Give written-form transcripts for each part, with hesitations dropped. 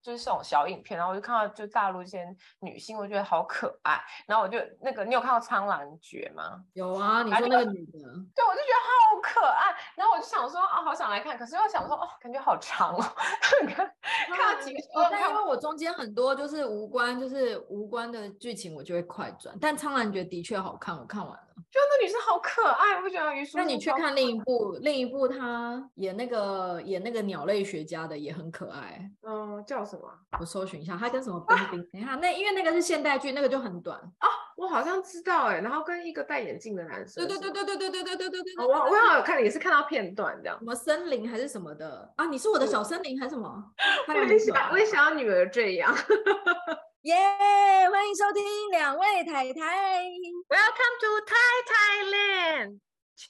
就是这种小影片，然后我就看到就大陆一些女星，我觉得好可爱，然后我就那个你有看到《苍兰诀》吗？ 有啊，你说那个女的， 对，我就觉得好可爱，然后我就想说啊，好想来看，可是又想说哦，感觉好长哦，看到几个但因为我中间很多就是无关的剧情，我就会快转。但《苍兰诀》的确好看，我看完了。 就那女生好可爱，我觉得虞书欣。 那你去看另一部，她演那个鸟类学家的也很可爱。 叫什么？ 我搜寻一下，她跟什么冰冰？等一下，因为那个是现代剧，那个就很短啊。我好像知道然后跟一个戴眼镜的男生。 对。 我好像有看，也是看到片段这样。 什么森林还是什么的啊？你是我的小森林还是什么？ 我也想要女儿这样。 耶！欢迎收听两位太太。 Welcome to Thai Thailand。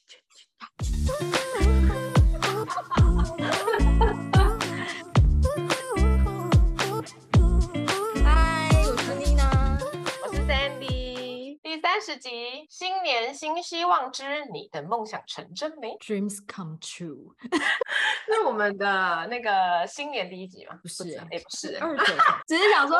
嗨，我是妮娜， 我是 Sandy。第30集，新年新希望之你的梦想成真没 ？Dreams come true。 是我们的那个新年第一集吗？ 不是， 不是 2集，只是想说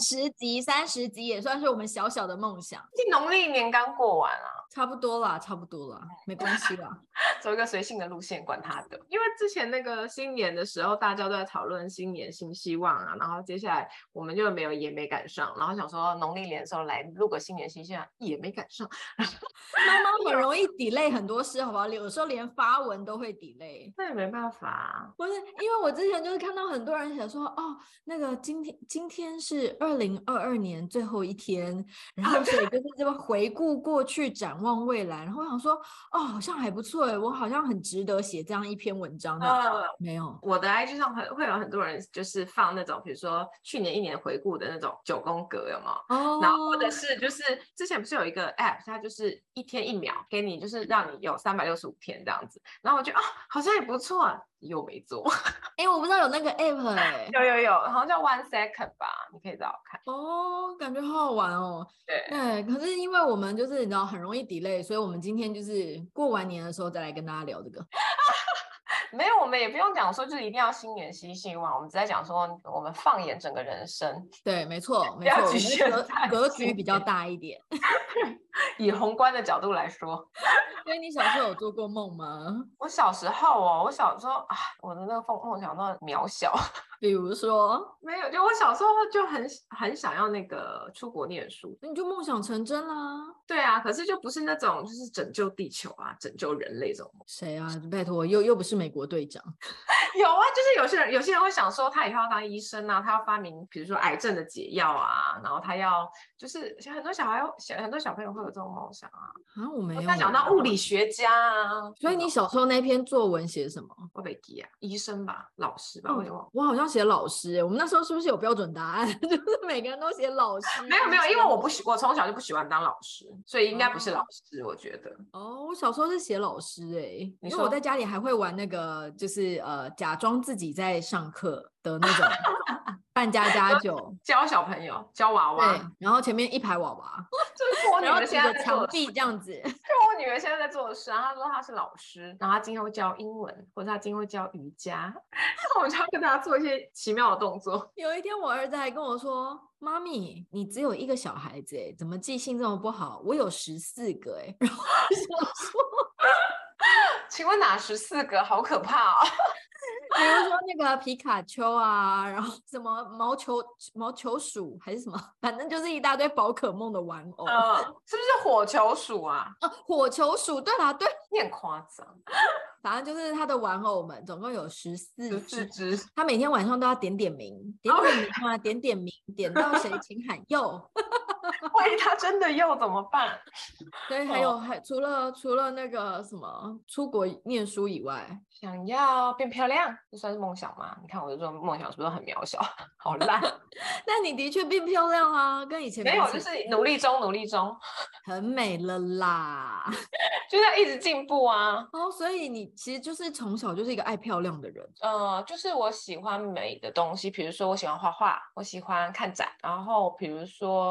30集也算是我们小小的梦想。 农历年刚过完啊， 差不多啦，没关系啦。 走一个随性的路线，管他的。因为之前那个新年的时候，大家都在讨论新年新希望啊，然后接下来我们就也没赶上，然后想说农历年的时候来录个新年新希望，也没赶上。 妈妈很容易 delay 很多事，好不好？有时候连发文都会 delay， 那也没办法啊。 不是，因为我之前就是看到很多人写说，哦，那个今天是2022年最后一天，然后所以就是这么回顾过去，展望未来，然后我想说，哦，好像还不错耶，我好像很值得写这样一篇文章。没有， 我的 IG 上会有很多人就是放那种，比如说去年1年回顾的那种9宫格，有没有？然后或者是就是之前不是有一个 app， 它就是1天1秒给你，就是让你有365天这样子。然后我觉得好像也不错，又没做。 我不知道有那个 app 有，好像叫 One Second 吧，你可以找我看。 感觉好好玩哦。对，可是因为我们就是你知道很容易 delay，所以我们今天就是过完年的时候再来跟大家聊这个。 没有，我们也不用讲说就是一定要新年新希望，我们只在讲说我们放眼整个人生。 对，没错， 不要局限格局比较大一点。 以宏观的角度来说。 所以你小时候有做过梦吗？ 我小时候我的那个梦想都很渺小。 比如说？ 没有，就我小时候就很想要那个出国念书。 那你就梦想成真啦。 对啊，可是就不是那种就是拯救地球啊，拯救人类这种。 谁啊？拜托，又不是美国队长。 有啊，就是有些人会想说他以后要当医生啊，他要发明比如说癌症的解药啊，然后他要就是很多小朋友会有这种梦想啊。 我没有。 他想当物理学家啊。 所以你小时候那篇作文写什么？ 我没记啊，医生吧，老师吧， 我好像写老师我们那时候是不是有标准答案？就是每个人都写老师。 没有，因为我从小就不喜欢当老师，所以应该不是老师，我觉得。 我小时候是写老师因为我在家里还会玩那个就是假装自己在上课的那种扮家家酒， 教小朋友，教娃娃。 对，然后前面一排娃娃， 就是我女儿现在在墙壁这样子。就我女儿现在在做的事，然后她说她是老师，然后她今天会教英文，或者她今天会教瑜伽，我们就要跟她做一些奇妙的动作。 有一天我儿子还跟我说，妈咪，你只有1个小孩子怎么记性这么不好？我有14个然后我想说请问哪14个？好可怕哦。 比如说那个皮卡丘啊，然后什么毛球鼠还是什么，反正就是一大堆宝可梦的玩偶。 是不是火球鼠啊？ 火球鼠，对啦，对， 你很夸张。 反正就是他的玩偶们总共有14 只， 他每天晚上都要点名啊，点名，点到谁请喊右。 万一他真的又怎么办？ 对，还除了那个什么出国念书以外， 想要变漂亮，这算是梦想吗？你看我的这种梦想是不是很渺小，好烂？ 那你的确变漂亮啊，跟以前没有，就是努力中， 很美了啦， 就是要一直进步啊。 所以你其实就是从小就是一个爱漂亮的人。 就是我喜欢美的东西，比如说我喜欢画画，我喜欢看展，然后比如说就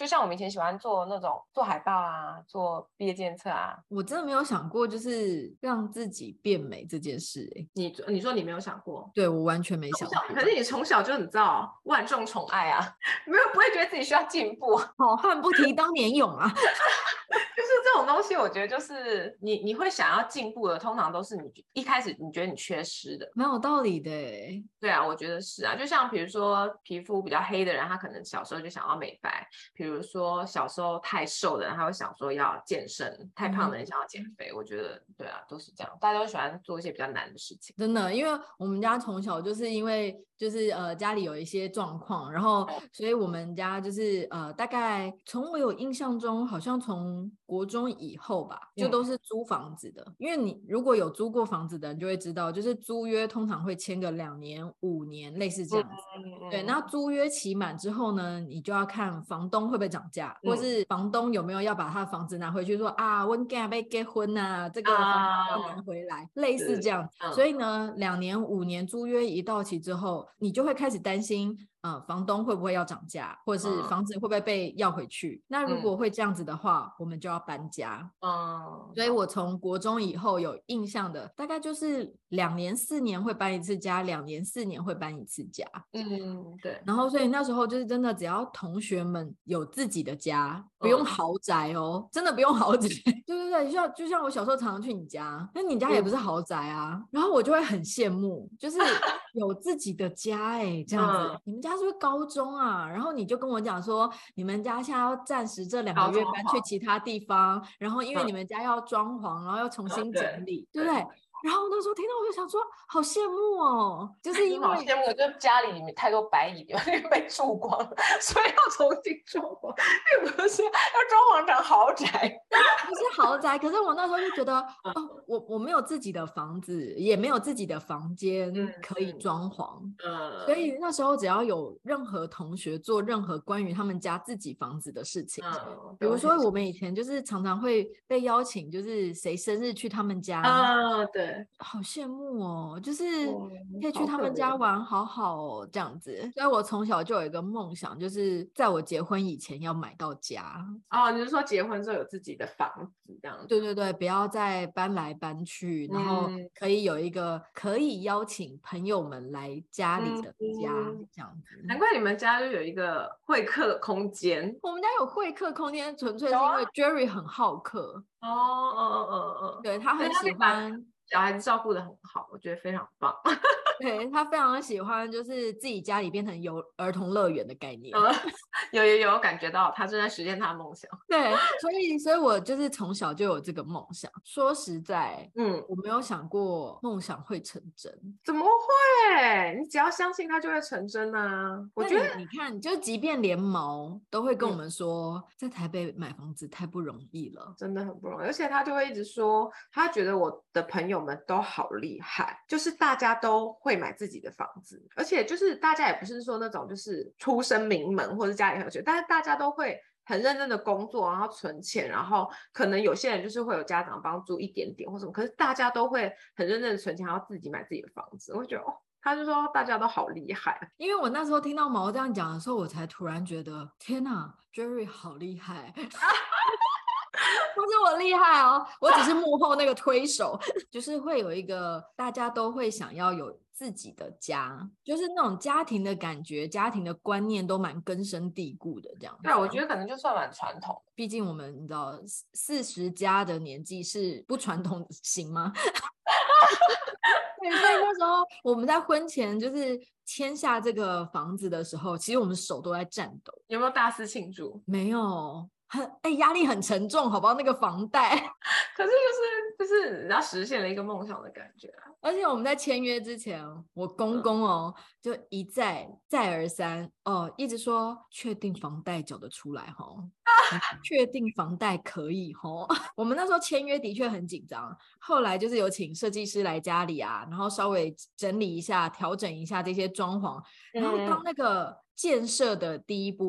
就像我们以前喜欢做那种做海报啊，做毕业纪念册啊。 我真的没有想过就是让自己变美这件事你说你没有想过？ 对，我完全没想过。 可是你从小就很知道万众宠爱啊，不会觉得自己需要进步。 好汉不提当年勇啊。 就是这种东西，我觉得就是你会想要进步的，通常都是你一开始你觉得你缺失的。 蛮有道理的对啊，我觉得是啊。就像比如说皮肤比较黑的人，他可能小时候就想要美白；比如说小时候太瘦的人，他会想说要健身；太胖的人想要减肥。我觉得对啊，都是这样。大家都喜欢做一些比较难的事情。 真的，因为我们家从小就是因为就是家里有一些状况，然后所以我们家就是大概从我有印象中，好像从国中以后吧，就都是租房子的。因为你如果有租过房子的人就会知道，就是租约通常会签个2年、5年，类似这样子。对，那租约期满之后呢，你就要看房东会不会涨价，或是房东有没有要把他的房子拿回去说啊，我们要结婚啊，这个房子要拿回来，类似这样。所以呢，2年、5年租约一到期之后，你就会开始担心房东会不会要涨价，或者是房子会不会被要回去。那如果会这样子的话，我们就要搬家。所以我从国中以后有印象的大概就是2年4年会搬一次家，2年4年会搬一次家。 对。 然后所以那时候就是真的只要同学们有自己的家，不用豪宅哦，真的不用豪宅。对对对，就像我小时候常常去你家，那你家也不是豪宅啊，然后我就会很羡慕，就是有自己的家这样子。你们家是不是高中啊？然后你就跟我讲说，你们家现在要暂时这2个月搬去其他地方，然后因为你们家要装潢，然后要重新整理，对不对？然后那时候听到我就想说，好羡慕哦，就是因为好羡慕，就是家里面太多白蚁被蛀光了，所以要重新装潢，并不是要装潢成豪宅。 不是豪宅，可是我那时候就觉得，我没有自己的房子，也没有自己的房间可以装潢，所以那时候只要有任何同学做任何关于他们家自己房子的事情，比如说我们以前就是常常会被邀请，就是谁生日去他们家对， 好羡慕哦，就是可以去他们家玩，好好哦，这样子。所以我从小就有一个梦想，就是在我结婚以前要买到家。 你是说结婚之后有自己的房子这样子？ 对对对，不要再搬来搬去，然后可以有一个可以邀请朋友们来家里的家，这样子。 难怪你们家就有一个会客空间。 我们家有会客空间，纯粹是因为 Jerry 很好客。对，他很喜欢小孩子，照顾得很好，我觉得非常棒。 对，他非常喜欢，就是自己家里变成儿童乐园的概念。 有感觉到他正在实现他的梦想。 对，所以我就是从小就有这个梦想。说实在，我没有想过梦想会成真。 怎么会？你只要相信它就会成真啊！我觉得你看，就即便连毛都会跟我们说，在台北买房子太不容易了， 真的很不容易。而且他就会一直说，他觉得我的朋友们都好厉害，就是大家都会买自己的房子，而且就是大家也不是说那种就是出身名门或者家里很有钱，但是大家都会很认真的工作，然后存钱，然后可能有些人就是会有家长帮助一点点或什么，可是大家都会很认真的存钱，然后自己买自己的房子。我觉得他就说大家都好厉害。 因为我那时候听到毛这样讲的时候，我才突然觉得天哪 Jerry 好厉害。不是我厉害哦，我只是幕后那个推手。就是会有一个大家都会想要有自己的家，就是那种家庭的感觉，家庭的观念都蛮根深蒂固的这样。 对，我觉得可能就算蛮传统， 毕竟我们你知道40加的年纪是不传统型吗？对，所以那时候我们在婚前就是签下这个房子的时候，其实我们手都在颤抖。 有没有大肆庆祝？ 没有，压力很沉重，好不好？那个房贷， 可是就是人家实现了一个梦想的感觉啊。 而且我们在签约之前，我公公就一再而三一直说确定房贷缴得出来确定房贷可以我们那时候签约的确很紧张，后来就是有请设计师来家里啊，然后稍微整理一下、调整一下这些装潢，然后当那个建设的第一步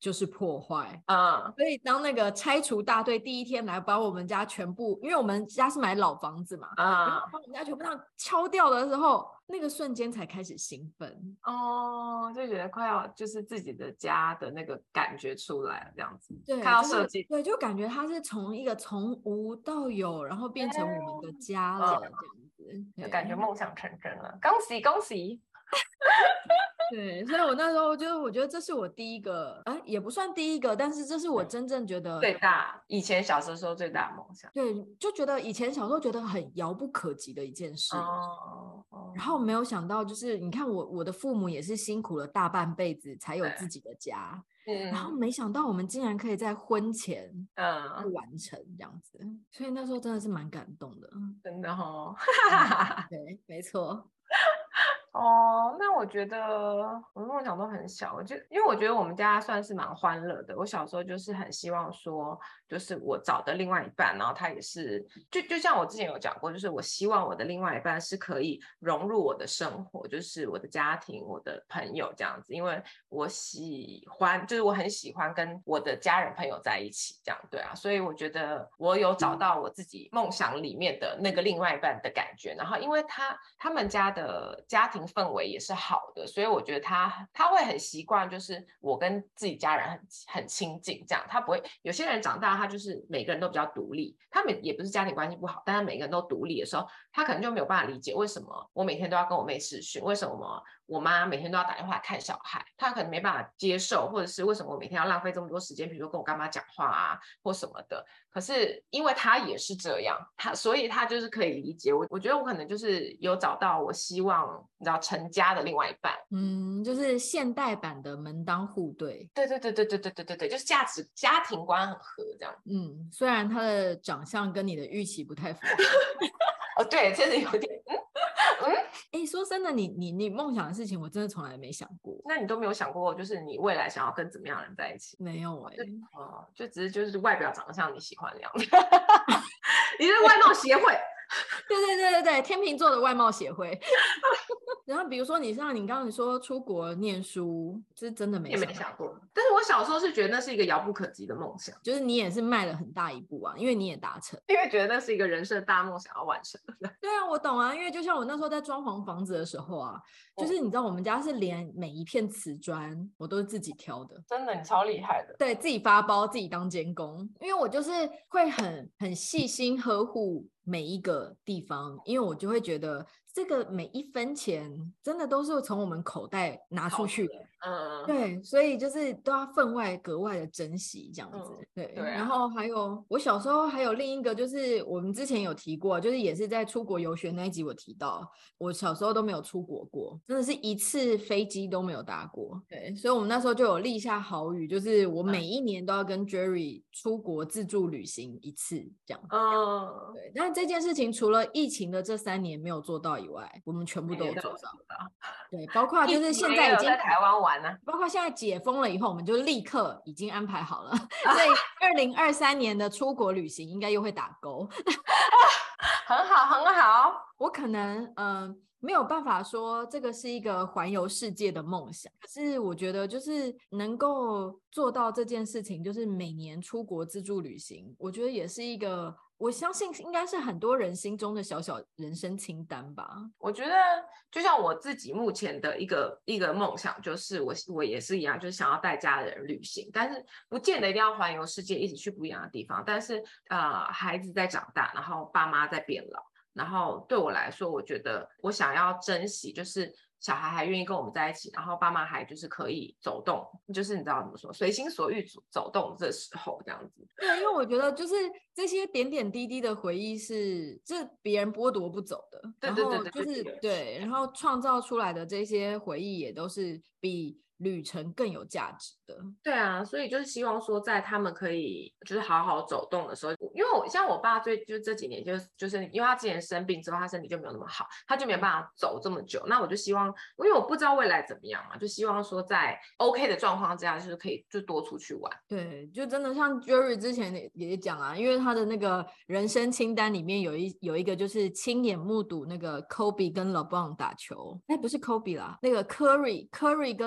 就是破坏。 嗯所以当那个拆除大队第一天来把我们家全部，因为我们家是买老房子嘛，然后把我们家全部这样敲掉的时候，那个瞬间才开始兴奋。 哦，就觉得快要就是自己的家的那个感觉出来了，这样子。 对， 看到设计， 对，就感觉它是从一个从无到有，然后变成我们的家了，这样子。 就感觉梦想成真了，恭喜恭喜！ 对，所以我那时候我觉得这是我第一个，也不算第一个，但是这是我真正觉得最大，以前小时候最大的梦想。 对，就觉得以前小时候觉得很遥不可及的一件事。然后没有想到，就是你看我的父母也是辛苦了大半辈子才有自己的家，然后没想到我们竟然可以在婚前完成这样子，所以那时候真的是蛮感动的， 真的哦。 对，没错。 哦，那我觉得我的梦想都很小，因为我觉得我们家算是蛮欢乐的。我小时候就是很希望说，就是我找的另外一半，然后他也是，就像我之前有讲过，就是我希望我的另外一半是可以融入我的生活，就是我的家庭、我的朋友这样子，因为我喜欢，就是我很喜欢跟我的家人朋友在一起这样，对啊，所以我觉得我有找到我自己梦想里面的那个另外一半的感觉，然后因为他们家的家庭氛围也是好的，所以我觉得他会很习惯，就是我跟自己家人很亲近，这样他不会。有些人长大，他就是每个人都比较独立，他们也不是家庭关系不好，但是每个人都独立的时候，他可能就没有办法理解为什么我每天都要跟我妹视讯，为什么我妈每天都要打电话看小孩，他可能没办法接受，或者是为什么我每天要浪费这么多时间，比如说跟我干妈讲话啊或什么的。可是因为他也是这样，所以他就是可以理解我。我觉得我可能就是有找到我希望你知道成家的另外一半， 就是现代版的门当户对。 对对对对对对对对对，就是家庭观很合这样。 虽然他的长相跟你的预期不太符合。 哦，对，真的有点说真的，你梦想的事情，我真的从来没想过。 那你都没有想过，就是你未来想要跟怎么样的人在一起？ 没有就只是就是外表长得像你喜欢的样子。你是外貌协会。 对，天秤座的外貌协会。然后比如说像你刚刚说出国念书，这是真的没想过。但是我小时候是觉得那是一个遥不可及的梦想， 就是你也是迈了很大一步啊，因为你也达成， 因为觉得那是一个人生大梦想要完成的。 对啊，我懂啊，因为就像我那时候在装潢房子的时候啊，就是你知道我们家是连每一片瓷砖我都是自己挑的。 真的，你超厉害的。 对，自己发包，自己当监工，因为我就是会很细心呵护每一个地方，因为我就会觉得这个每一分钱真的都是从我们口袋拿出去的。对，所以就是都要分外格外的珍惜这样子。对，然后还有我小时候还有另一个，就是我们之前有提过，就是也是在出国游学那一集我提到，我小时候都没有出国过，真的是一次飞机都没有搭过。对，所以我们那时候就有立下豪语，就是我每一年都要跟 Jerry 出国自助旅行一次这样。对，但这件事情除了疫情的这3年没有做到以外，我们全部都有做到。对，包括就是现在已经在台湾玩呢， 包括现在解封了以后，我们就立刻已经安排好了，所以2023年的出国旅行应该又会打勾。 很好很好。 我可能没有办法说这个是一个环游世界的梦想，可是我觉得就是能够做到这件事情，就是每年出国自助旅行，我觉得也是一个，我相信应该是很多人心中的小小人生清单吧。 我觉得就像我自己目前的一个梦想，就是我也是一样，就是想要带家人旅行，但是不见得一定要环游世界，一起去不一样的地方。但是孩子在长大，然后爸妈在变老，然后对我来说，我觉得我想要珍惜，就是小孩还愿意跟我们在一起，然后爸妈还就是可以走动，就是你知道怎么说，随心所欲走动这时候这样子。 对，因为我觉得就是这些点点滴滴的回忆是别人剥夺不走的，然后就是对，然后创造出来的这些回忆也都是比旅程更有价值的。 对啊，所以就是希望说，在他们可以就是好好走动的时候，因为像我爸就这几年就是因为他之前生病之后，他身体就没有那么好，他就没有办法走这么久。那我就希望，因为我不知道未来怎么样嘛，就希望说在 OK 的状况之下，就是可以就多出去玩。 对，就真的像 Jerry 之前也讲啊，因为他的那个人生清单里面有一个就是亲眼目睹那个 Kobe 跟 LeBron 打球，不是 Kobe 啦，那个 Curry 跟 LeBron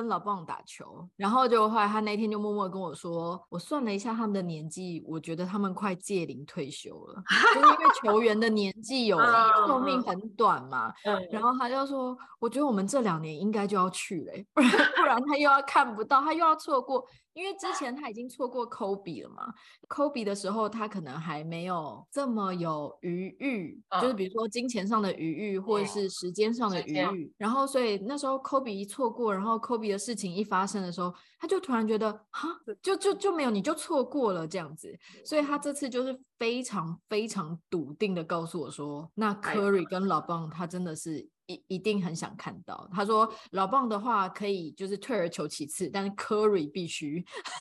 棒打球，然后结果后来他那天就默默跟我说，我算了一下他们的年纪，我觉得他们快届龄退休了，就是因为球员的年纪有寿命很短嘛，然后他就说，我觉得我们这2年应该就要去了，不然他又要看不到，他又要错过。因为之前他已经错过 Kobe 了嘛，Kobe 的时候他可能还没有这么有余裕，就是比如说金钱上的余裕或者是时间上的余裕，然后所以那时候 Kobe 一错过，然后 Kobe 的事情一发生的时候，他就突然觉得哈，就没有，你就错过了这样子，所以他这次就是非常非常笃定的告诉我说，那 Curry 跟老棒他真的是一定很想看到。他说老棒的话可以就是退而求其次，但是 Curry 必须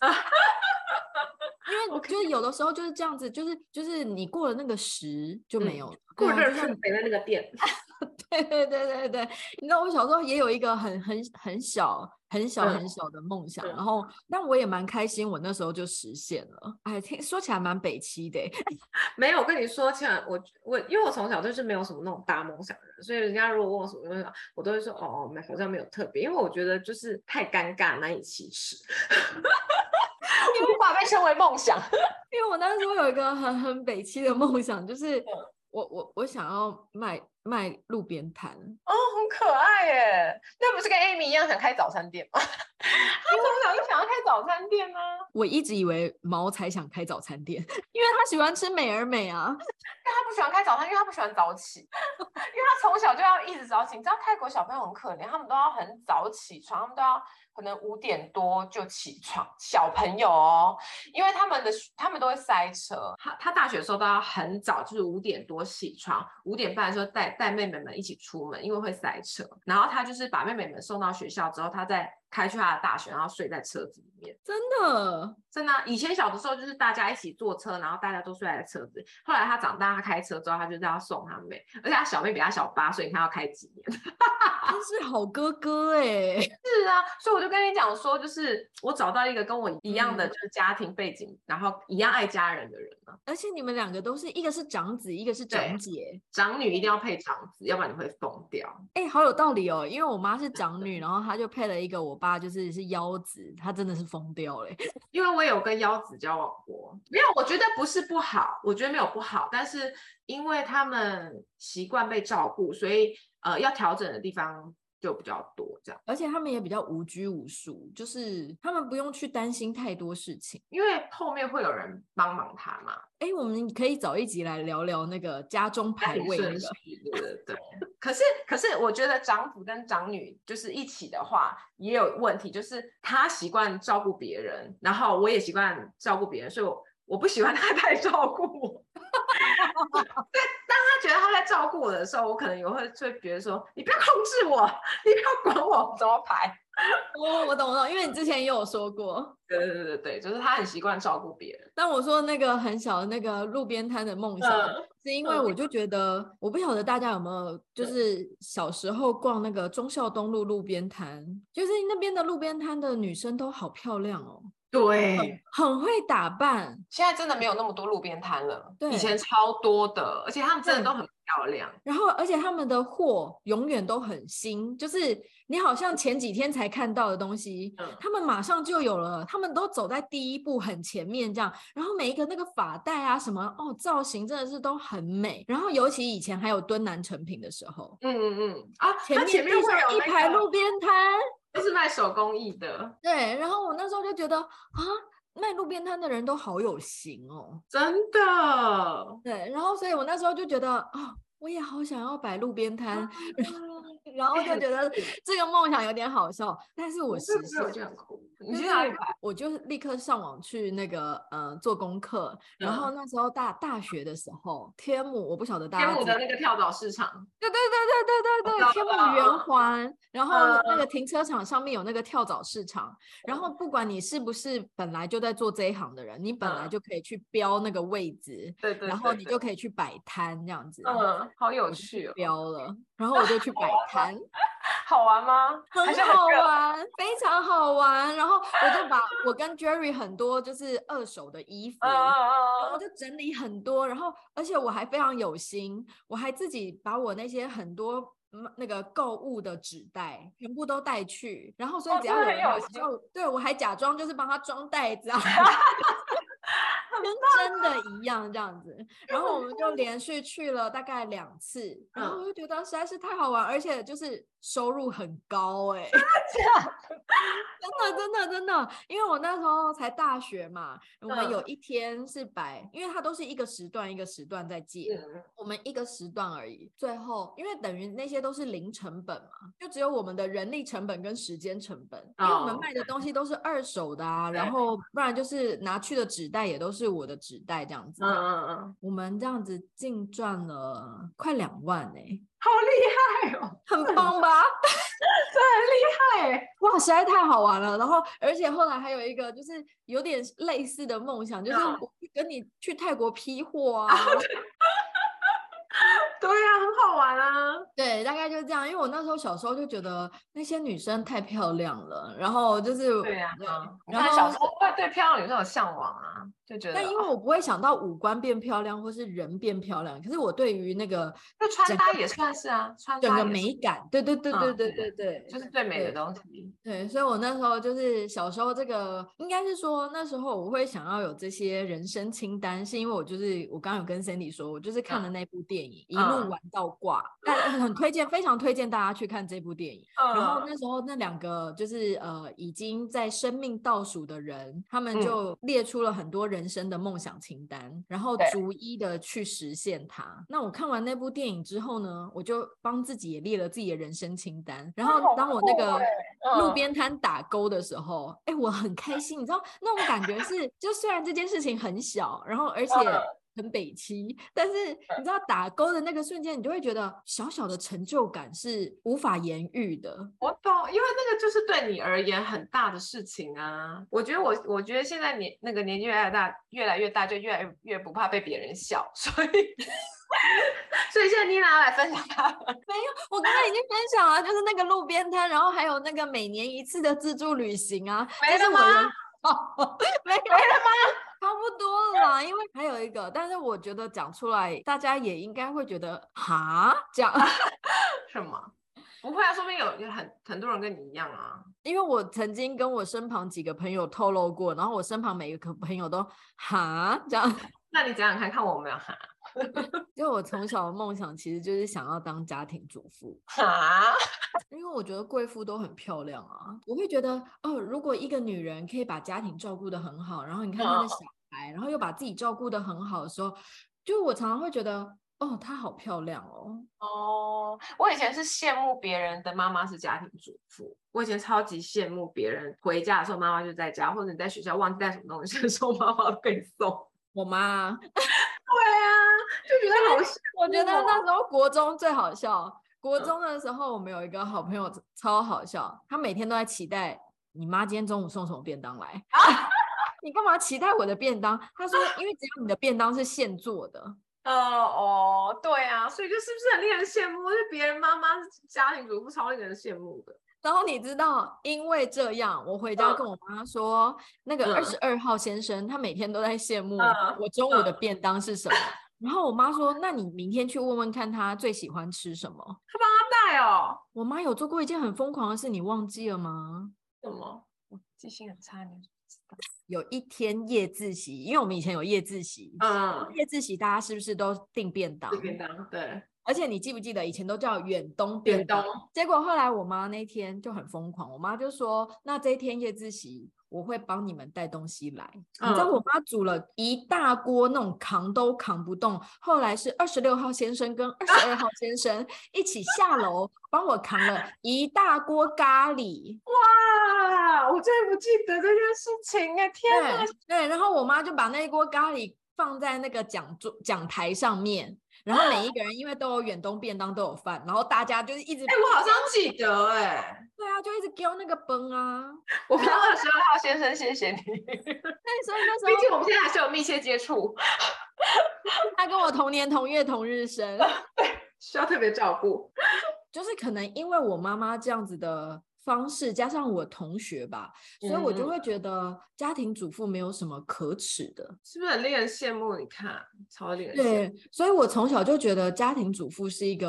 因为就是有的时候就是这样子，就是你过了那个10就没有了， 过热就没了那个店。 对，你知道我小时候也有一个很小的梦想，然后但我也蛮开心，我那时候就实现了。哎，说起来蛮北七的。 没有，我跟你说，其实我因为我从小就是没有什么那种大梦想的人，所以人家如果问我什么梦想，我都会说哦，好像没有特别，因为我觉得就是太尴尬，难以启齿。无法被称为梦想。 因为我那时候有一个很北七的梦想，就是我想要卖路边摊。 哦，很可爱耶！那不是跟 Amy 一样想开早餐店吗？他从小就想要开早餐店吗？ 我一直以为毛才想开早餐店，因为他喜欢吃美而美啊。 但他不喜欢开早餐，因为他不喜欢早起，因为他从小就要一直早起。你知道泰国小朋友很可怜，他们都要很早起床，他们都要可能5点多就起床。小朋友哦，因为他们都会塞车。他大学的时候都要很早，就是5点多起床，5点半的时候带妹妹们一起出门，因为会塞车。然后他就是把妹妹们送到学校之后，他再开去他的大学，然后睡在车子里面。 真的真的啊，以前小的时候就是大家一起坐车，然后大家都睡在车子里。后来他长大，他开车之后，他就是要送他妹，而且他小妹比他小8岁，你看要开几年？ 真是好哥哥哎！ 是啊，所以我就跟你讲说，就是我找到一个跟我一样的就是家庭背景，然后一样爱家人的人了。 而且你们2个都是，一个是长子，一个是长姐， 长女一定要配长子，要不然你会疯掉。 哎，好有道理哦。因为我妈是长女，然后她就配了一个我爸就是腰子，她真的是疯掉了。 因为我有跟腰子交往过，没有，我觉得不是不好，我觉得没有不好，但是因为他们习惯被照顾，所以要调整的地方就比较多，这样。 而且他们也比较无拘无束，就是他们不用去担心太多事情， 因为后面会有人帮忙他嘛。 哎，我们可以找一集来聊聊那个家中排位那个。 对。可是我觉得长子跟长女就是一起的话也有问题，就是他习惯照顾别人，然后我也习惯照顾别人，所以我不喜欢他太照顾我。对，当他觉得他在照顾我的时候，我可能也会觉得说，你不要控制我，你不要管我怎么排。 哦，我懂，因为你之前也有说过。 对，就是他很习惯照顾别人。 但我说那个很小的那个路边摊的梦想，是因为我就觉得，我不晓得大家有没有，就是小时候逛那个忠孝东路路边摊，就是那边的路边摊的女生都好漂亮哦。 对， 很会打扮。 现在真的没有那么多路边摊了， 对， 以前超多的，而且他们真的都很漂亮。 然后，而且他们的货永远都很新，就是你好像前几天才看到的东西，他们马上就有了，他们都走在第一步，很前面这样。然后每一个那个发带啊什么，哦，造型真的是都很美。然后尤其以前还有敦南成品的时候， 啊，前面会有一排路边摊。 都是卖手工艺的。 对，然后我那时候就觉得啊，卖路边摊的人都好有型哦， 真的。 对，然后所以我那时候就觉得啊，我也好想要摆路边摊，然后就觉得这个梦想有点好笑，但是我实现。 你去哪里摆？ 我就立刻上网去那个做功课，然后那时候大学的时候，天母我不晓得大家天母的那个跳蚤市场， 对，天母圆环，然后那个停车场上面有那个跳蚤市场，然后不管你是不是本来就在做这一行的人，你本来就可以去标那个位置， 对， 然后你就可以去摆摊这样子。 好有趣哦。 标了，然后我就去摆摊。 好玩吗？ 很好玩，非常好玩。然后我就把我跟 Jerry 很多就是2手的衣服，然后就整理很多，然后而且我还非常有心，我还自己把我那些很多那个购物的纸袋，全部都带去，然后所以只要有人有对，我还假装就是帮他装袋子啊。跟真的一样这样子，然后我们就连续去了大概2次，然后我就觉得实在是太好玩，而且就是收入很高真的，因为我那时候才大学嘛，我们有一天是因为它都是一个时段一个时段在借，我们一个时段而已，最后因为等于那些都是零成本嘛，就只有我们的人力成本跟时间成本，因为我们卖的东西都是二手的啊，然后不然就是拿去的纸袋也都是我的纸袋这样子，我们这样子净赚了快2万好厉害哦， 很棒吧？ 这很厉害哇，实在太好玩了。然后而且后来还有一个就是有点类似的梦想，就是我跟你去泰国批货啊。 对啊，很好玩啊。 对，大概就是这样。因为我那时候小时候就觉得那些女生太漂亮了，然后就是对啊， 然后小时候会对漂亮女生有向往啊，就觉得。 但因为我不会想到五官变漂亮或是人变漂亮，可是我对于那个穿搭也算是啊， 整个美感，对， 就是最美的东西。 对，所以我那时候就是小时候这个，应该是说那时候我会想要有这些人生清单，是因为我刚刚有跟 Sandy 说，我就是看了那部电影，一路玩到挂，很推荐，非常推荐大家去看这部电影。然后那时候那2个就是已经在生命倒数的人，他们就列出了很多人生的梦想清单，然后逐一的去实现它。那我看完那部电影之后呢，我就帮自己也列了自己的人生清单，然后当我那个路边摊打勾的时候，我很开心，你知道那种感觉是，就虽然这件事情很小，然后而且很北七，但是你知道打勾的那个瞬间，你就会觉得小小的成就感是无法言喻的。 我懂，因为那个就是对你而言很大的事情啊。我觉得现在那个年纪越来越大，就越来越不怕被别人笑，所以现在妮娜来分享它。没有，我刚才已经分享了，就是那个路边摊，然后还有那个每年1次的自助旅行啊。 没了吗？ 没了吗？差不多了啦，因为还有一个，但是我觉得讲出来，大家也应该会觉得哈这样。 什么？不会啊，说不定有很多人跟你一样啊。 因为我曾经跟我身旁几个朋友透露过，然后我身旁每一个朋友都哈这样。 那你讲讲看我有没有哈？ 就我从小的梦想其实就是想要当家庭主妇哈， 因为我觉得贵妇都很漂亮啊，我会觉得如果一个女人可以把家庭照顾得很好，然后你看她的小孩，然后又把自己照顾得很好的时候，就我常常会觉得她好漂亮我以前是羡慕别人的妈妈是家庭主妇，我以前超级羡慕别人回家的时候妈妈就在家，或者你在学校忘记带什么东西的时候妈妈都给你送。 我妈对啊，就觉得好羡慕。 我觉得那时候国中最好笑，国中的时候我们有一个好朋友超好笑，他每天都在期待你妈今天中午送什么便当来。你干嘛期待我的便当？他说因为只要你的便当是现做的。 对啊，所以就是不是很令人羡慕？就别人妈妈是家庭主妇，超令人羡慕的。 然后你知道，因为这样，我回家跟我妈说，那个22号先生他每天都在羡慕我中午的便当是什么。然后我妈说，那你明天去问问看他最喜欢吃什么。 他帮他带哦。 我妈有做过一件很疯狂的事，你忘记了吗？ 什么？我记性很差，你知道。 有一天夜自习，因为我们以前有夜自习，夜自习大家是不是都订便当？ 订便当，对。 而且你记不记得以前都叫远东便当？结果后来我妈那天就很疯狂，我妈就说：“那这一天夜自习，我会帮你们带东西来。”你知道我妈煮了一大锅那种扛都扛不动，后来是26号先生跟22号先生一起下楼帮我扛了一大锅咖喱。 哇，我真的不记得这件事情哎！天哪！ 对，然后我妈就把那一锅咖喱放在那个讲台上面。然后每一个人因为都有远东便当都有饭，然后大家就是一直我好像记得对啊，就一直丢那个崩啊。 我跟22号先生谢谢你。 对，所以那时候毕竟我们现在还是有密切接触。 他跟我同年同月同日生。 对，需要特别照顾。 就是可能因为我妈妈这样子的方式加上我同学吧，所以我就会觉得家庭主妇没有什么可耻的。 是不是很令人羡慕？你看超令人羡慕。 对，所以我从小就觉得家庭主妇是一个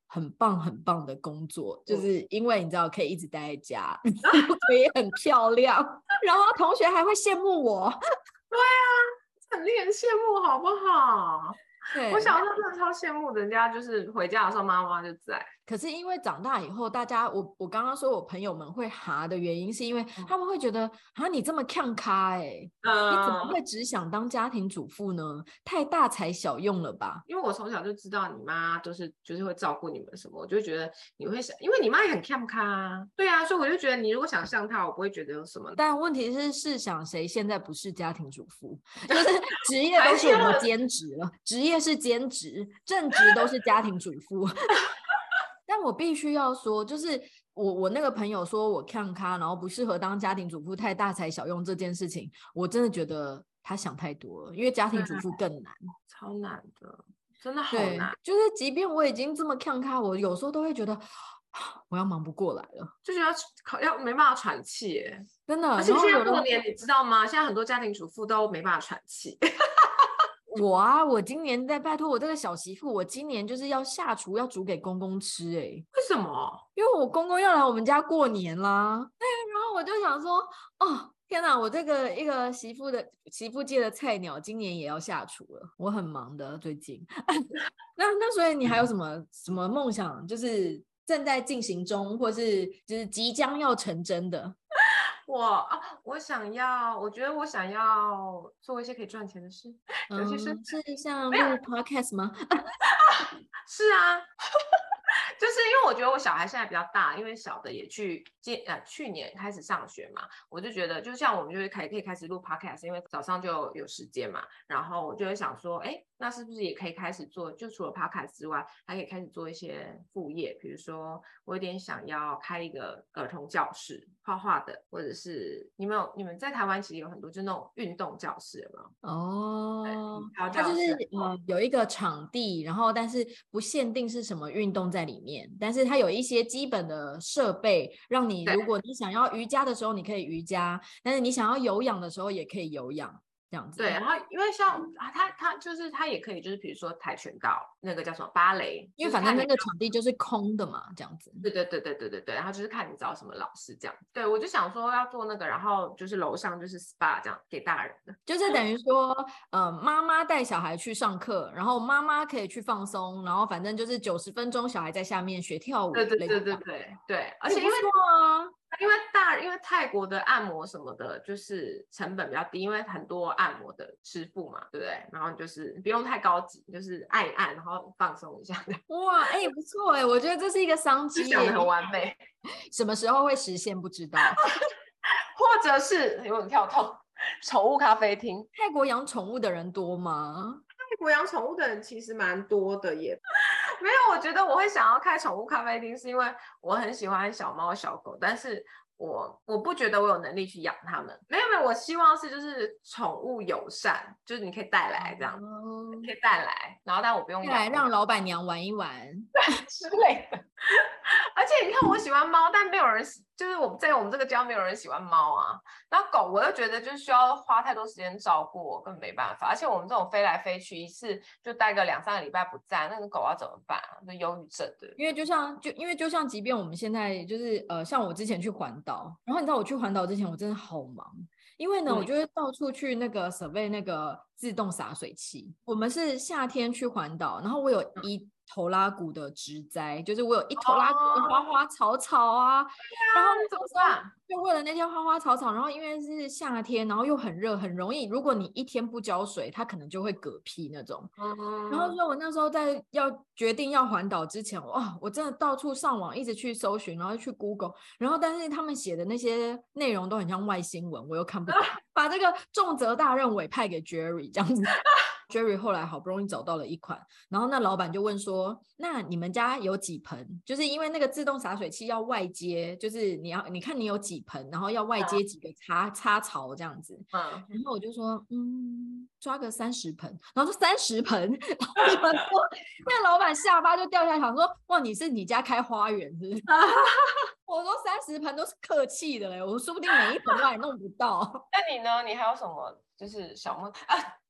很棒很棒的工作，就是因为你知道可以一直待在家，所以很漂亮，然后同学还会羡慕我。 对啊，很令人羡慕，好不好？ 对， 我小时候真的超羡慕人家，就是回家的时候妈妈就在。 可是因为长大以后，大家我刚刚说我朋友们会哈的原因，是因为他们会觉得啊，你这么看咖你怎么会只想当家庭主妇呢？太大材小用了吧？ 因为我从小就知道你妈就是会照顾你们什么，我就觉得你会想，因为你妈也很看咖啊，对啊，所以我就觉得你如果想像她，我不会觉得有什么。 但问题是，试想谁现在不是家庭主妇？就是职业都是我们兼职了，职业是兼职，正职都是家庭主妇。但我必须要说，就是我那个朋友说我看咖，然后不适合当家庭主妇，太大材小用这件事情，我真的觉得他想太多了，因为家庭主妇更难， 超难的，真的好难。 就是即便我已经这么看咖，我有时候都会觉得我要忙不过来了， 就觉得要没办法喘气耶， 真的。 而且现在过年你知道吗？现在很多家庭主妇都没办法喘气。 我今年在拜托我这个小媳妇，我今年就是要下厨，要煮给公公吃为什么？ 因为我公公要来我们家过年啦。然后我就想说，哦，天哪，我这个一个媳妇界的菜鸟，今年也要下厨了，我很忙的最近。那所以你还有什么梦想，就是正在进行中，或是就是即将要成真的？ 我觉得我想要做一些可以赚钱的事，尤其是像录 podcast 吗？ 是啊。就是因为我觉得我小孩现在比较大，因为小的也去年开始上学嘛，我就觉得就像我们就是可以开始录 podcast， 因为早上就有时间嘛，然后我就会想说，那是不是也可以开始做？就除了 podcast 之外，还可以开始做一些副业，比如说我有点想要开一个儿童教室，画画的，或者是你们在台湾其实有很多就那种运动教室，有没有？ 哦， 它就是有一个场地，然后但是不限定是什么运动在里面，但是它有一些基本的设备，让你如果你想要瑜伽的时候，你可以瑜伽，但是你想要有氧的时候也可以有氧。这样子对，然后因为像他也可以，就是比如说跆拳道那个叫什么芭蕾， 因为反正那个场地就是空的嘛，这样子。 对，然后就是看你找什么老师这样。对，我就想说要做那个，然后就是楼上就是 SPA 这样给大人的， 就是等于说妈妈带小孩去上课，然后妈妈可以去放松，然后反正就是90分钟小孩在下面学跳舞。 对，而且因为泰国的按摩什么的，就是成本比较低，因为很多按摩的师傅嘛，对不对？然后就是不用太高级，就是按一按，然后放松一下。 哇，不错我觉得这是一个商机， 想得很完美。 什么时候会实现不知道。 或者是有点跳痛，宠物咖啡厅。 泰国养宠物的人多吗？ 泰国养宠物的人其实蛮多的耶。没有，我觉得我会想要开宠物咖啡厅，是因为我很喜欢小猫小狗，但是我不觉得我有能力去养它们。没有，我希望是就是宠物友善，就是你可以带来这样，可以带来，然后但我不用养， 让老板娘玩一玩之类的。而且你看，我喜欢猫，但没有人，就是在我们这个家没有人喜欢猫啊。然后狗，我又觉得就是需要花太多时间照顾，我根本没办法。而且我们这种飞来飞去，一次就待个2-3个礼拜不在，那个狗要怎么办啊？就忧郁症的。 因为就像，即便我们现在就是像我之前去环岛，然后你知道我去环岛之前，我真的好忙。因为呢，我就会到处去那个 survey 那个自动洒水器。我们是夏天去环岛，然后我有一头拉骨的植栽，就是我有一头拉骨的花花草草啊。然后怎么办？ 就为了那些花花草草，然后因为是夏天，然后又很热，很容易，如果你一天不浇水，它可能就会嗝屁那种。然后所以我那时候在决定要环岛之前，我真的到处上网，一直去搜寻，然后去 Google，然后但是他们写的那些内容都很像外新闻，我又看不懂，把这个重责大任委派给 Jerry 这样子。Jerry 后来好不容易找到了一款，然后那老板就问说，那你们家有几盆？就是因为那个自动洒水器要外接，就是你看你有几盆，然后要外接几个插槽这样子。然后我就说抓个30盆，然后说30盆，然后就说那老板下巴就掉下来，想说哇，你家开花园是不是？我说30盆都是客气的嘞，我说不定每一盆我也弄不到。 那你呢？你还有什么就是小梦啊？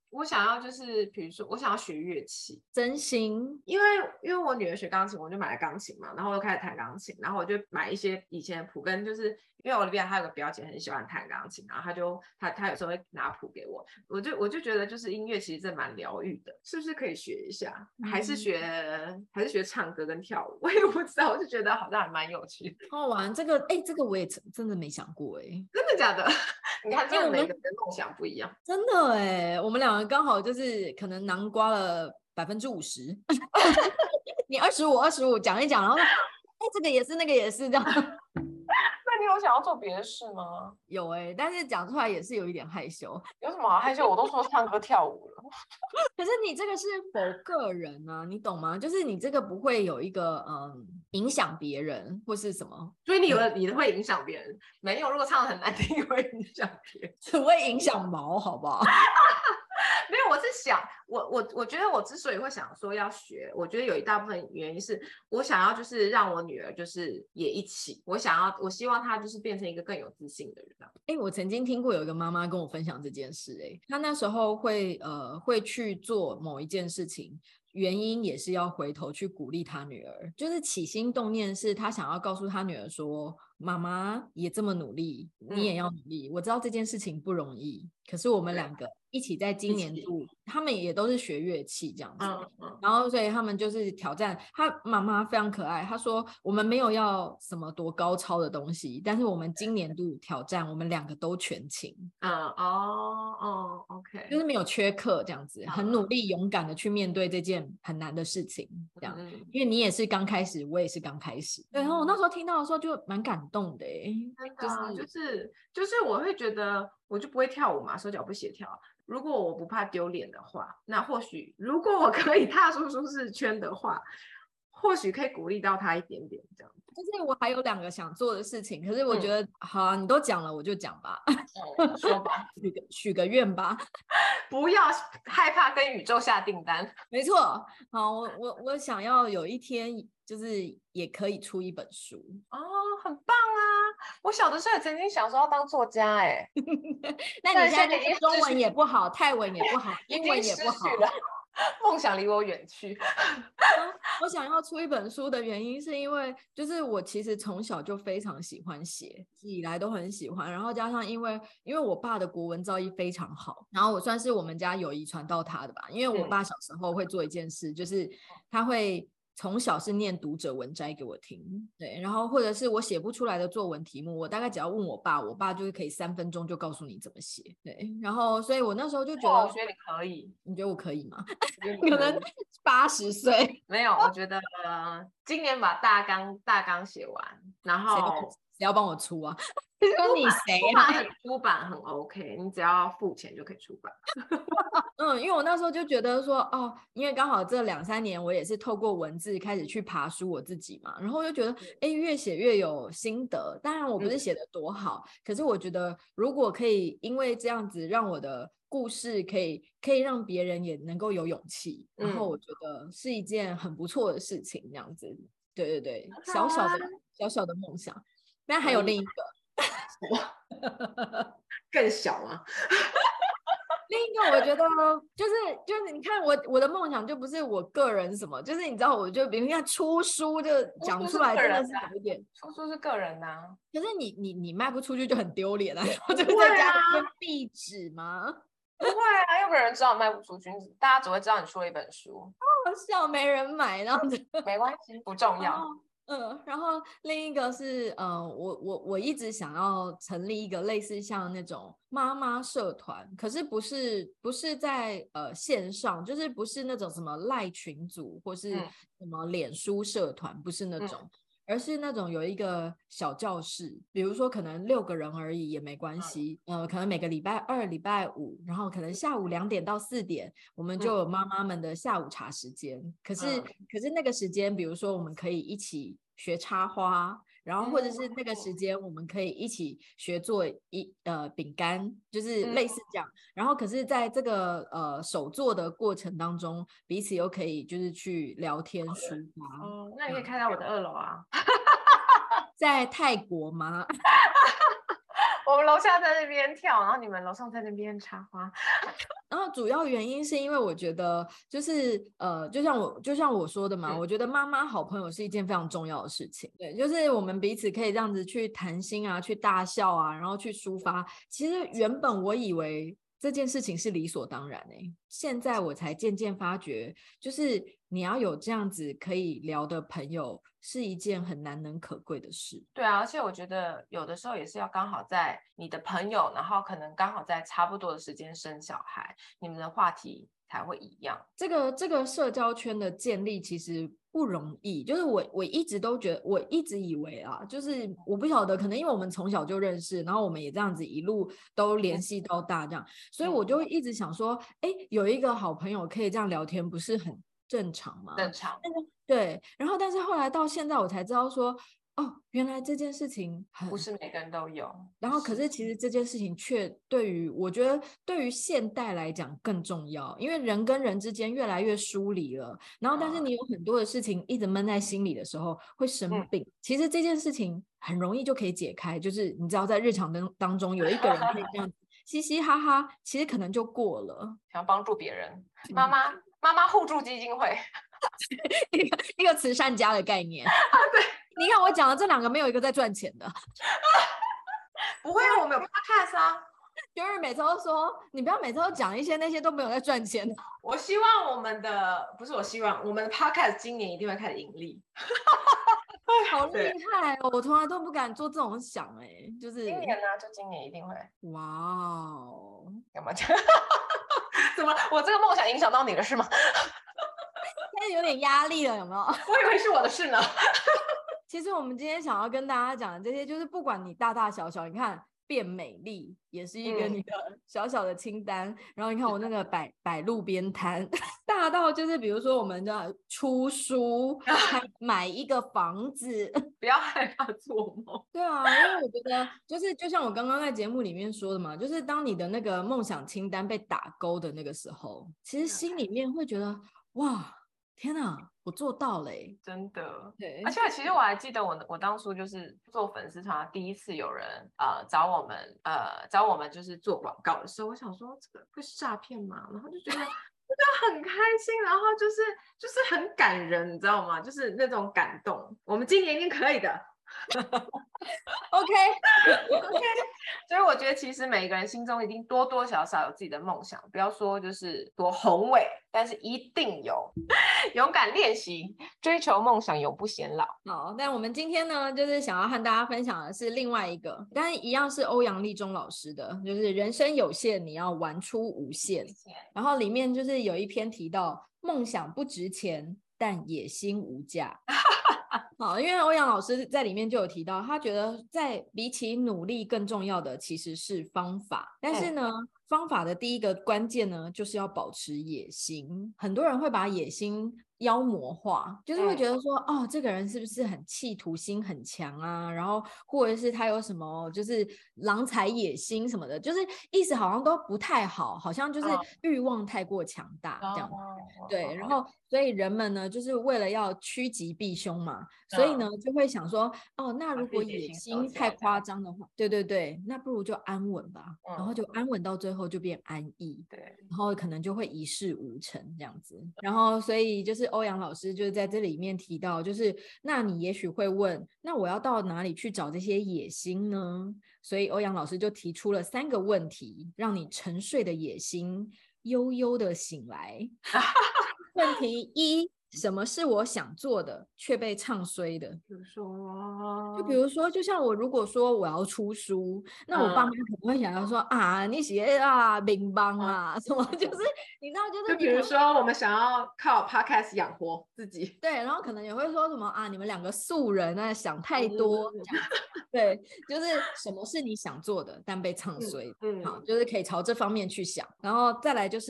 我想要就是比如说我想要学乐器， 真心， 因为我女儿学钢琴，我就买了钢琴嘛，然后我就开始弹钢琴，然后我就买一些以前的谱跟就是因为我那边还有个表姐很喜欢弹钢琴，然后她有时候会拿谱给我，我就觉得就是音乐其实真蛮疗愈的，是不是可以学一下？还是学唱歌跟跳舞？我也不知道，我就觉得好像还蛮有趣的。 好玩，这个这个我也真的没想过真的假的？你看，真的每个人因为梦想不一样。 真的我们两个刚好就是可能囊括了50%，你25讲一讲，然后这个也是那个也是这样。 那你有想要做别的事吗？ 有但是讲出来也是有一点害羞。 有什么好害羞？我都说唱歌跳舞了。 可是你这个是否个人啊，你懂吗？就是你这个不会有一个影响别人或是什么， 所以你会影响别人？没有，如果唱得很难听，会影响别人。 只会影响毛，好不好？ 没有，我是想，我觉得我之所以会想说要学，我觉得有一大部分原因是我想要就是让我女儿就是也一起，我希望她就是变成一个更有自信的人。 我曾经听过有一个妈妈跟我分享这件事，她那时候会去做某一件事情，原因也是要回头去鼓励她女儿，就是起心动念是她想要告诉她女儿说，妈妈也这么努力，你也要努力，我知道这件事情不容易，可是我们两个一起在今年度，他们也都是学乐器这样子，然后所以他们就是挑战。他妈妈非常可爱，他说我们没有要什么多高超的东西，但是我们今年度挑战，我们两个都全勤。 OK， 就是没有缺课这样子，很努力勇敢的去面对这件很难的事情，这样。因为你也是刚开始，我也是刚开始，对。然后我那时候听到的时候就蛮感动的就是我会觉得我就不会跳舞嘛，手脚不协调。如果我不怕丢脸的话，那或许如果我可以踏出舒适圈的话，或许可以鼓励到他一点点这样。 就是我还有2个想做的事情，可是我觉得好啊，你都讲了我就讲吧。 说吧， 许个愿吧。 不要害怕跟宇宙下订单。 没错，好，我想要有一天就是也可以出一本书。 很棒啊！我小的时候也曾经想说要当作家那你现在中文也不好，泰文也不好，英文也不好， 梦想离我远去。 我想要出一本书的原因是因为就是我其实从小就非常喜欢写，以来都很喜欢，然后加上因为我爸的国文造诣非常好，然后我算是我们家有遗传到他的吧，因为我爸小时候会做一件事，就是他会从小是念读者文摘给我听，对，然后或者是我写不出来的作文题目，我大概只要问我爸就是可以3分钟就告诉你怎么写，对，然后所以我那时候就觉得， 我觉得你可以， 你觉得我可以吗？可能80岁没有，我觉得今年把大纲写完，然后谁要帮我出啊？说你谁啊？ 出版很 OK， 你只要付钱就可以出版。 因为我那时候就觉得说，因为刚好这2-3年我也是透过文字开始去爬书我自己嘛，然后我就觉得，越写越有心得。当然我不是写的多好，可是我觉得如果可以因为这样子让我的故事可以让别人也能够有勇气，然后我觉得是一件很不错的事情，这样子。对对对，小小的梦想。但还有另一个。 更小吗？ 另一个我觉得就是你看我的梦想就不是我个人什么，就是你知道我就比如像出书就讲出来真的是有一点， 出书是个人啊， 可是你卖不出去就很丢脸啊，我就在家里面壁纸吗？ 不会啊，又没有人知道你卖不出去，大家只会知道你出了一本书， 好笑，没人买这样子， 没关系，不重要。 然后另一个是我一直想要成立一个类似像那种妈妈社团，可是不是在线上，就是不是那种什么赖群组或是什么脸书社团，不是那种，而是那种有一个小教室，比如说可能6个人而已也没关系，可能每个礼拜2、礼拜5，然后可能下午2点到4点，我们就有妈妈们的下午茶时间。可是那个时间，比如说我们可以一起学插花，然后或者是那个时间我们可以一起学做饼干，就是类似这样。然后可是在这个手做的过程当中，彼此又可以就是去聊天抒发。 那你可以开到我的2楼啊。 在泰国吗？ 我们楼下在那边跳，然后你们楼上在那边插花。 然后主要原因是因为我觉得就是就像我说的嘛，我觉得妈妈好朋友是一件非常重要的事情。对，就是我们彼此可以这样子去谈心啊，去大笑啊，然后去抒发。其实原本我以为这件事情是理所当然现在我才渐渐发觉，就是你要有这样子可以聊的朋友是一件很难能可贵的事。 对啊，而且我觉得有的时候也是要刚好在你的朋友，然后可能刚好在差不多的时间生小孩，你们的话题才会一样。 这个社交圈的建立其实不容易，就是我一直都觉得，我一直以为啊，就是我不晓得，可能因为我们从小就认识，然后我们也这样子一路都联系到大这样，所以我就一直想说，有一个好朋友可以这样聊天，不是很正常吗？ 正常。 对，然后但是后来到现在我才知道说，原来这件事情不是每个人都有。 然后可是其实这件事情却我觉得对于现代来讲更重要，因为人跟人之间越来越疏离了，然后但是你有很多的事情一直闷在心里的时候会生病，其实这件事情很容易就可以解开，就是你知道在日常当中有一个人可以这样嘻嘻哈哈，其实可能就过了。 想帮助别人，妈妈互助基金会一个慈善家的概念对， 你看我讲的这两个没有一个在赚钱的不会，我们有 podcast 啊。 就是每次都说你不要每次都讲一些那些都没有在赚钱的。 我希望我们的podcast 今年一定会开始盈利好厉害哦！我从来都不敢做这种想就是今年呢，就今年一定会。 哇哦， 干嘛讲？怎么我这个梦想影响到你了是吗？ 现在有点压力了，有没有？ 我以为是我的事呢。 其实我们今天想要跟大家讲的这些，就是不管你大大小小，你看变美丽也是一个你的小小的清单，然后你看我那个摆路边摊，大到就是比如说我们的出书，买一个房子， 不要害怕做梦。 对啊，因为我觉得就像我刚刚在节目里面说的嘛，就是当你的那个梦想清单被打勾的那个时候，其实心里面会觉得哇，天哪，我做到了真的。 对， 而且其实我还记得我当初就是做粉丝团第一次有人找我们就是做广告的时候，我想说这个会是诈骗吗？然后就觉得很开心，然后就是很感人，你知道吗？就是那种感动。我们今年一定可以的。 OK， 所以我觉得其实每个人心中一定多多少少有自己的梦想，不要说就是多宏伟，但是一定有。勇敢练习，追求梦想，永不显老。 好，但我们今天呢，就是想要和大家分享的是另外一个，但一样是欧阳立中老师的，就是人生有限，你要玩出无限。然后里面就是有一篇提到，梦想不值钱，但野心无价。好，因为欧阳老师在里面就有提到，他觉得在比起努力更重要的其实是方法，但是呢，方法的第一个关键呢，就是要保持野心。很多人会把野心妖魔化，就是会觉得说，这个人是不是很企图心很强啊？然后或者是他有什么就是郎才野心什么的，就是意思好像都不太好，好像就是欲望太过强大这样。对，然后所以人们呢，就是为了要趋吉避凶嘛，所以呢就会想说，那如果野心太夸张的话，对，那不如就安稳吧，然后就安稳到最后就变安逸， 对， 然后可能就会一事无成这样子。然后所以就是欧阳老师就是在这里面提到，就是那你也许会问，那我要到哪里去找这些野心呢？所以欧阳老师就提出了3个问题，让你沉睡的野心悠悠的醒来。问题1，什么是我想做的却被唱衰的？比如说就像我如果说我要出书，那我爸妈可能会想要说你写乒乓什么，就是你知道，就是比如说我们想要靠 podcast 养活自己， 对，然后可能也会说什么你们2个素人想太多对，就是什么是你想做的但被唱衰好，就是可以朝这方面去想。然后再来就是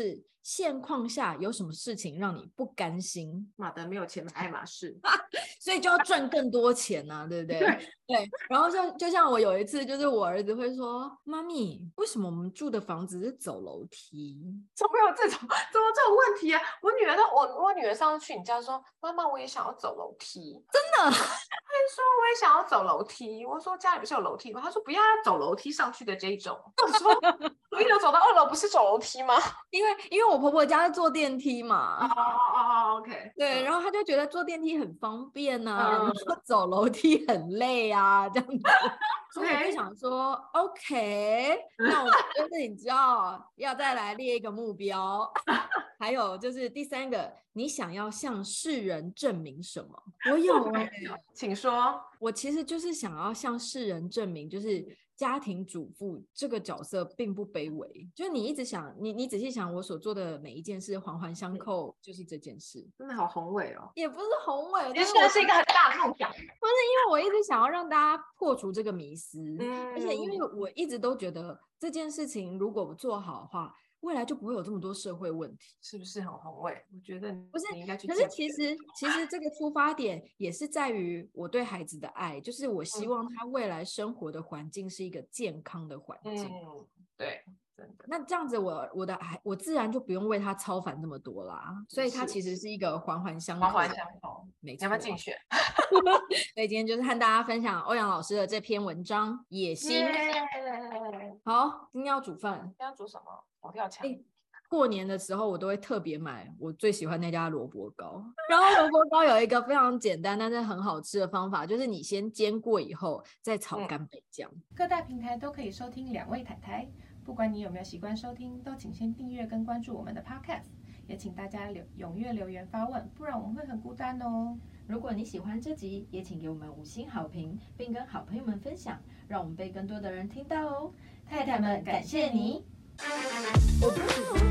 现况下有什么事情让你不甘心？ 马德没有钱买爱马仕， 所以就要赚更多钱啊，对不对？对。然后就像我有一次，就是我儿子会说：“妈咪，为什么我们住的房子是走楼梯？” 怎么有这种问题啊？我女儿上次去你家说：“妈妈，我也想要走楼梯。” 真的。 她说：“我也想要走楼梯。”我说：“家里不是有楼梯吗？”她说：“不要走楼梯上去的这一种。”我说：“从1楼走到2楼不是走楼梯吗？” 因为我婆婆家是坐电梯嘛。 OK。 对，然后她就觉得坐电梯很方便啊，然后走楼梯很累啊，这样子。所以我就想说 OK， 那我们就是你知道要再来列一个目标。还有就是第3个，你想要向世人证明什么？我有请说。 我其实就是想要向世人证明，就是家庭主妇这个角色并不卑微。就是你一直想，你仔细想，我所做的每一件事环环相扣，就是这件事。 真的好宏伟哦！ 也不是宏伟， 其实算是一个很大的梦想。 不是，因为我一直想要让大家破除这个迷思，而且因为我一直都觉得这件事情如果做好的话，未来就不会有这么多社会问题。 是不是很宏伟？我觉得不是， 你应该去。 可是其实这个出发点也是在于我对孩子的爱，就是我希望他未来生活的环境是一个健康的环境。 对，真的。 那这样子我自然就不用为他操烦那么多啦，所以它其实是一个环环相扣。 环环相扣， 没错。 你要不要竞选？ 所以今天就是和大家分享欧阳老师的这篇文章《野心》。好，今天要煮饭。 今天要煮什么？佛跳墙。 过年的时候我都会特别买我最喜欢那家萝卜糕，然后萝卜糕有一个非常简单但是很好吃的方法，就是你先煎过以后再炒干贝酱。 各大平台都可以收听2位太太，不管你有没有习惯收听，都请先订阅跟关注我们的 Podcast， 也请大家踊跃留言发问，不然我们会很孤单哦。 如果你喜欢这集，也请给我们5星好评，并跟好朋友们分享，让我们被更多的人听到哦。太太们，感谢你。我不是